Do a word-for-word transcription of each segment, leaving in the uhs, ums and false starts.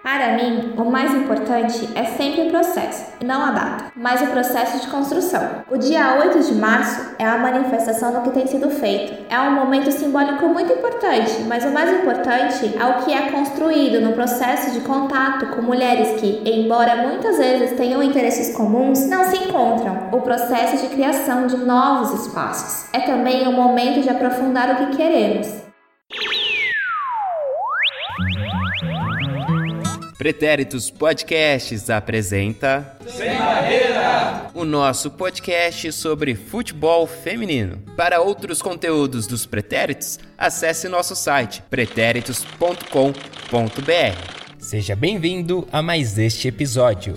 Para mim, o mais importante é sempre o processo, não a data, mas o processo de construção. O dia oito de março é a manifestação do que tem sido feito. É um momento simbólico muito importante, mas o mais importante é o que é construído no processo de contato com mulheres que, embora muitas vezes tenham interesses comuns, não se encontram. O processo de criação de novos espaços. É também o momento de aprofundar o que queremos. Pretéritos Podcasts apresenta Sem Barreira, o nosso podcast sobre futebol feminino. Para outros conteúdos dos Pretéritos, acesse nosso site pretéritos ponto com ponto b r. Seja bem-vindo a mais este episódio.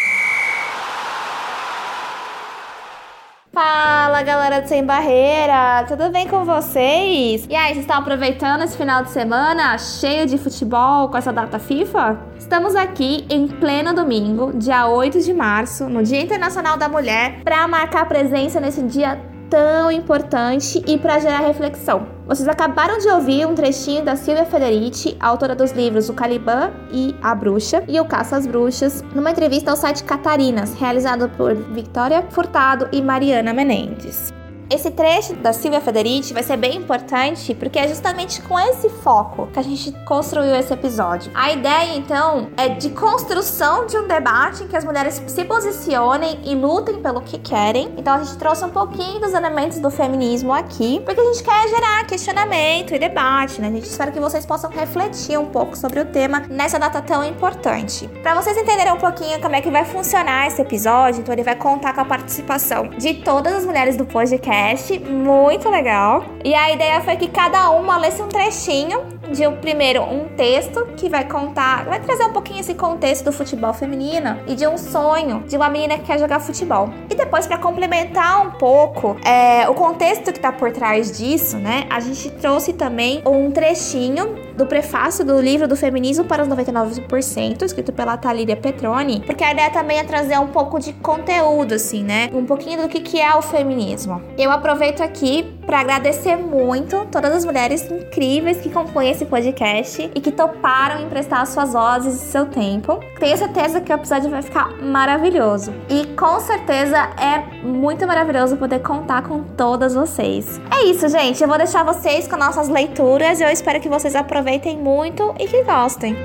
Fala, galera do Sem Barreira, tudo bem com vocês? E aí, vocês estão aproveitando esse final de semana cheio de futebol com essa data FIFA? Estamos aqui em pleno domingo, dia oito de março, no Dia Internacional da Mulher, para marcar presença nesse dia tão importante e para gerar reflexão. Vocês acabaram de ouvir um trechinho da Silvia Federici, autora dos livros O Caliban e A Bruxa e O Caça às Bruxas, numa entrevista ao site Catarinas, realizado por Victoria Furtado e Mariana Menendez. Esse trecho da Silvia Federici vai ser bem importante porque é justamente com esse foco que a gente construiu esse episódio. A ideia, então, é de construção de um debate em que as mulheres se posicionem e lutem pelo que querem. Então a gente trouxe um pouquinho dos elementos do feminismo aqui, porque a gente quer gerar questionamento e debate, né? A gente espera que vocês possam refletir um pouco sobre o tema nessa data tão importante. Para vocês entenderem um pouquinho como é que vai funcionar esse episódio, então ele vai contar com a participação de todas as mulheres do podcast, muito legal. E a ideia foi que cada uma lesse um trechinho de um, primeiro um texto que vai contar, vai trazer um pouquinho esse contexto do futebol feminino e de um sonho de uma menina que quer jogar futebol. E depois, para complementar um pouco é, o contexto que tá por trás disso, né, a gente trouxe também um trechinho do prefácio do livro do Feminismo para os noventa e nove por cento, escrito pela Thalíria Petroni, porque a ideia também é trazer um pouco de conteúdo, assim, né, um pouquinho do que, que é o feminismo. Eu aproveito aqui para agradecer muito todas as mulheres incríveis que compõem esse podcast e que toparam emprestar suas vozes e seu tempo. Tenho certeza que o episódio vai ficar maravilhoso. E com certeza é muito maravilhoso poder contar com todas vocês. É isso, gente. Eu vou deixar vocês com nossas leituras e eu espero que vocês aproveitem muito e que gostem.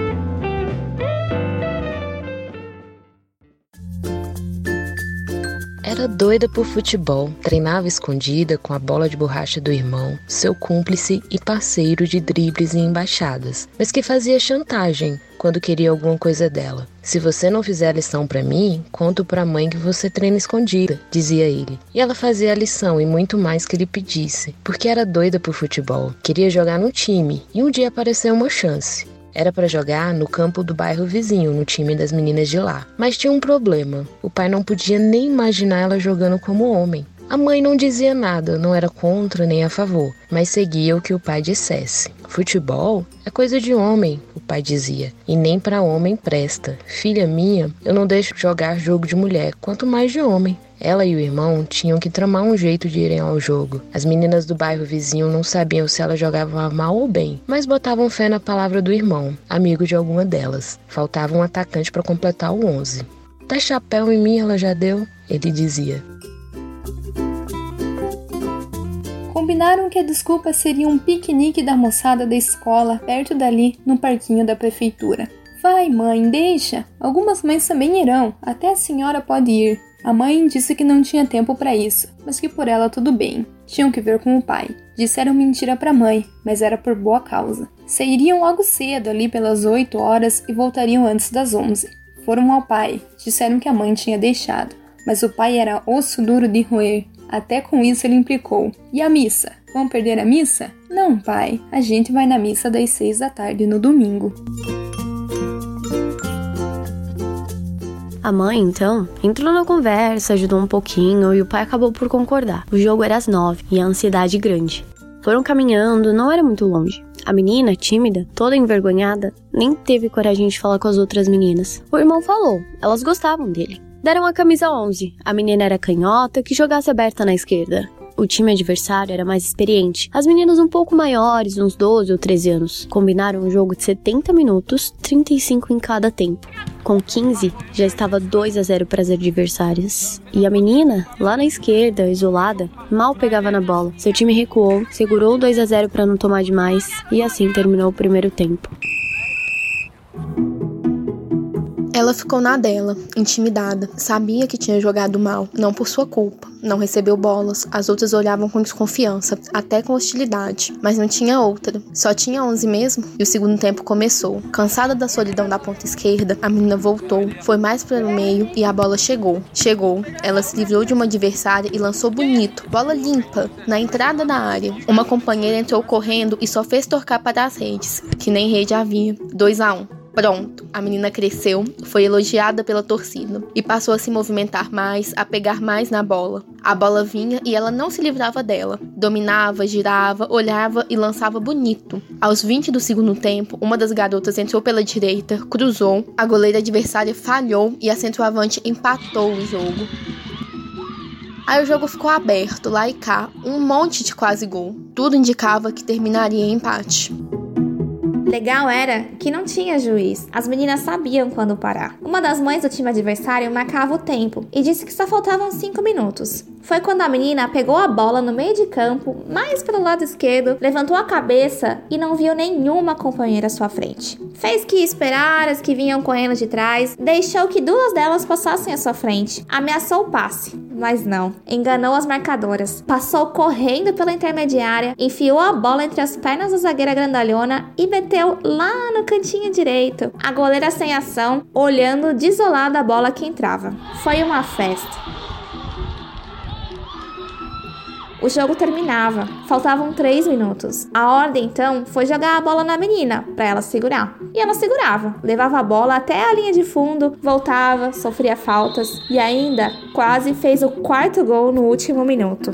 Era doida por futebol, treinava escondida com a bola de borracha do irmão, seu cúmplice e parceiro de dribles e embaixadas, mas que fazia chantagem quando queria alguma coisa dela. Se você não fizer a lição pra mim, conto pra mãe que você treina escondida, dizia ele. E ela fazia a lição e muito mais que ele pedisse, porque era doida por futebol, queria jogar no time e um dia apareceu uma chance. Era para jogar no campo do bairro vizinho, no time das meninas de lá. Mas tinha um problema. O pai não podia nem imaginar ela jogando como homem. A mãe não dizia nada, não era contra nem a favor, mas seguia o que o pai dissesse. Futebol é coisa de homem, o pai dizia, e nem para homem presta. Filha minha, eu não deixo jogar jogo de mulher, quanto mais de homem. Ela e o irmão tinham que tramar um jeito de irem ao jogo. As meninas do bairro vizinho não sabiam se ela jogava mal ou bem, mas botavam fé na palavra do irmão, amigo de alguma delas. Faltava um atacante para completar o onze. Dá chapéu em mim, ela já deu, ele dizia. Combinaram que a desculpa seria um piquenique da moçada da escola, perto dali, no parquinho da prefeitura. Vai, mãe, deixa. Algumas mães também irão, até a senhora pode ir. A mãe disse que não tinha tempo para isso, mas que por ela tudo bem. Tinham que ver com o pai. Disseram mentira para a mãe, mas era por boa causa. Sairiam logo cedo, ali pelas oito horas, e voltariam antes das onze. Foram ao pai. Disseram que a mãe tinha deixado, mas o pai era osso duro de roer. Até com isso ele implicou. E a missa? Vão perder a missa? Não, pai. A gente vai na missa das seis da tarde no domingo. A mãe, então, entrou na conversa, ajudou um pouquinho e o pai acabou por concordar. O jogo era às nove e a ansiedade grande. Foram caminhando, não era muito longe. A menina, tímida, toda envergonhada, nem teve coragem de falar com as outras meninas. O irmão falou, elas gostavam dele. Deram a camisa onze. A menina era canhota, que jogasse aberta na esquerda. O time adversário era mais experiente. As meninas um pouco maiores, uns doze ou treze anos, combinaram um jogo de setenta minutos, trinta e cinco em cada tempo. Com quinze, já estava dois a zero para as adversárias. E a menina, lá na esquerda, isolada, mal pegava na bola. Seu time recuou, segurou o dois a zero para não tomar demais e assim terminou o primeiro tempo. Ela ficou na dela, intimidada. Sabia que tinha jogado mal, não por sua culpa. Não recebeu bolas, as outras olhavam com desconfiança, até com hostilidade. Mas não tinha outra. Só tinha onze mesmo, e o segundo tempo começou. Cansada da solidão da ponta esquerda, a menina voltou, foi mais para o meio e a bola chegou. Chegou, ela se livrou de uma adversária e lançou bonito, bola limpa, na entrada da área. Uma companheira entrou correndo e só fez torcar para as redes, que nem rede havia. dois a um. Pronto, a menina cresceu, foi elogiada pela torcida e passou a se movimentar mais, a pegar mais na bola. A bola vinha e ela não se livrava dela. Dominava, girava, olhava e lançava bonito. Aos vinte do segundo tempo, uma das garotas entrou pela direita, cruzou, a goleira adversária falhou e a centroavante empatou o jogo. Aí o jogo ficou aberto, lá e cá, um monte de quase gol. Tudo indicava que terminaria em empate. Legal era que não tinha juiz. As meninas sabiam quando parar. Uma das mães do time adversário marcava o tempo e disse que só faltavam cinco minutos. Foi quando a menina pegou a bola no meio de campo, mais pelo lado esquerdo, levantou a cabeça e não viu nenhuma companheira à sua frente. Fez que esperar as que vinham correndo de trás, deixou que duas delas passassem à sua frente. Ameaçou o passe, mas não. Enganou as marcadoras. Passou correndo pela intermediária, enfiou a bola entre as pernas da zagueira grandalhona e meteu lá no cantinho direito. A goleira sem ação, olhando desolada a bola que entrava. Foi uma festa. O jogo terminava, faltavam três minutos. A ordem, então, foi jogar a bola na menina, para ela segurar. E ela segurava, levava a bola até a linha de fundo, voltava, sofria faltas e ainda quase fez o quarto gol no último minuto.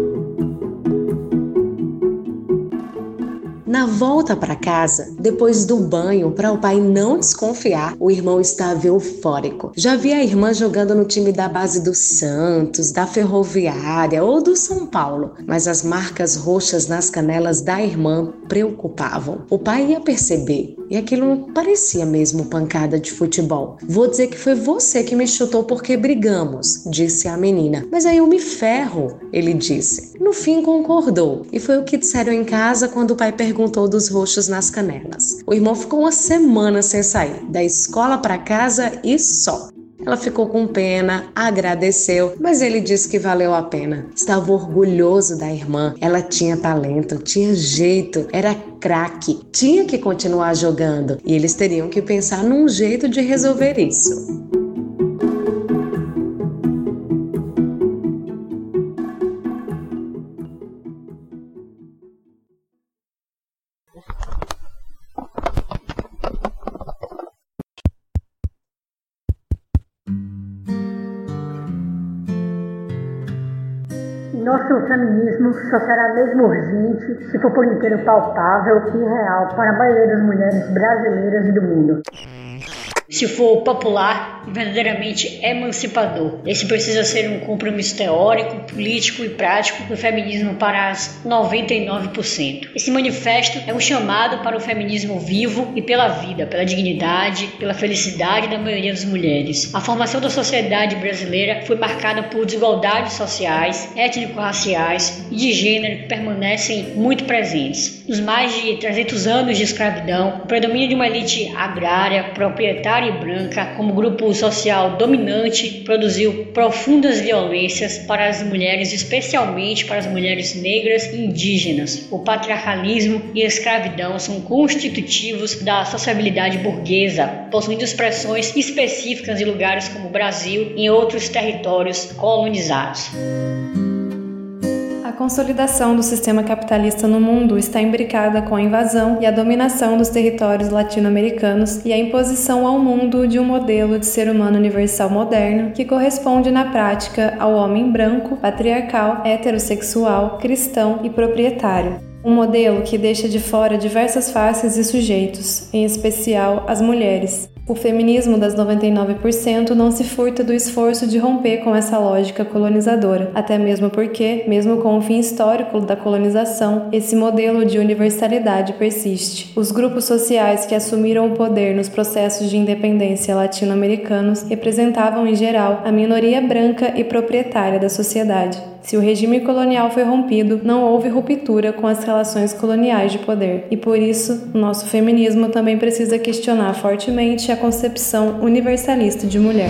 Na volta para casa, depois do banho, para o pai não desconfiar, o irmão estava eufórico. Já via a irmã jogando no time da base do Santos, da Ferroviária ou do São Paulo, mas as marcas roxas nas canelas da irmã preocupavam. O pai ia perceber, e aquilo não parecia mesmo pancada de futebol. Vou dizer que foi você que me chutou porque brigamos, disse a menina. Mas aí eu me ferro, ele disse. No fim concordou, e foi o que disseram em casa quando o pai perguntou Perguntou dos roxos nas canelas. O irmão ficou uma semana sem sair, da escola para casa e só. Ela ficou com pena, agradeceu, mas ele disse que valeu a pena. Estava orgulhoso da irmã, ela tinha talento, tinha jeito, era craque, tinha que continuar jogando e eles teriam que pensar num jeito de resolver isso. Nosso feminismo só será mesmo urgente se for por inteiro palpável e real para a maioria das mulheres brasileiras e do mundo. Se for popular e verdadeiramente emancipador. Esse precisa ser um compromisso teórico, político e prático do feminismo para as noventa e nove por cento. Esse manifesto é um chamado para o feminismo vivo e pela vida, pela dignidade, pela felicidade da maioria das mulheres. A formação da sociedade brasileira foi marcada por desigualdades sociais, étnico-raciais e de gênero que permanecem muito presentes. Nos mais de trezentos anos de escravidão, o predomínio de uma elite agrária, proprietária e branca como grupo social dominante produziu profundas violências para as mulheres, especialmente para as mulheres negras e indígenas. O patriarcalismo e a escravidão são constitutivos da sociabilidade burguesa, possuindo expressões específicas em lugares como o Brasil e em outros territórios colonizados. A consolidação do sistema capitalista no mundo está imbricada com a invasão e a dominação dos territórios latino-americanos e a imposição ao mundo de um modelo de ser humano universal moderno que corresponde na prática ao homem branco, patriarcal, heterossexual, cristão e proprietário. Um modelo que deixa de fora diversas faces e sujeitos, em especial as mulheres. O feminismo das noventa e nove por cento não se furta do esforço de romper com essa lógica colonizadora, até mesmo porque, mesmo com o fim histórico da colonização, esse modelo de universalidade persiste. Os grupos sociais que assumiram o poder nos processos de independência latino-americanos representavam, em geral, a minoria branca e proprietária da sociedade. Se o regime colonial foi rompido, não houve ruptura com as relações coloniais de poder. E por isso, o nosso feminismo também precisa questionar fortemente a concepção universalista de mulher.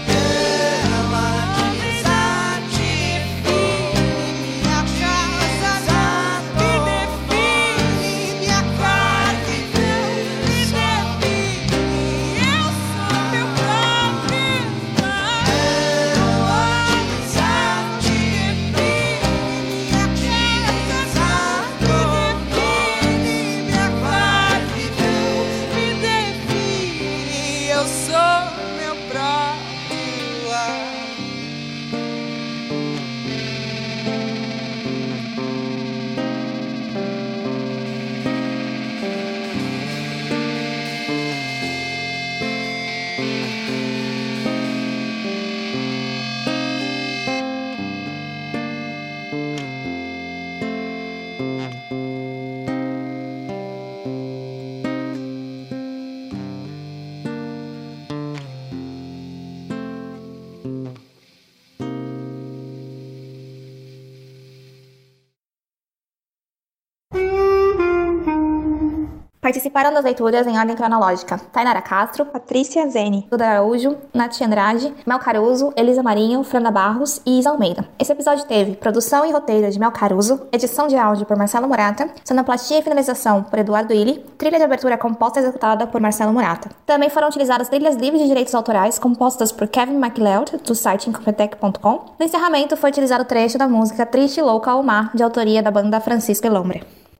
Participaram das leituras em ordem cronológica Tainara Castro, Patrícia Zene, Duda Araújo, Nath Andrade, Mel Caruso, Elisa Marinho, Fernanda Barros e Isa Almeida. Esse episódio teve produção e roteiro de Mel Caruso, edição de áudio por Marcelo Murata, sonoplastia e finalização por Eduardo Illy, trilha de abertura composta e executada por Marcelo Murata. Também foram utilizadas trilhas livres de direitos autorais compostas por Kevin MacLeod, do site incompetech ponto com. No encerramento foi utilizado o trecho da música Triste, Louca ao Mar, de autoria da banda Francisco Elombre.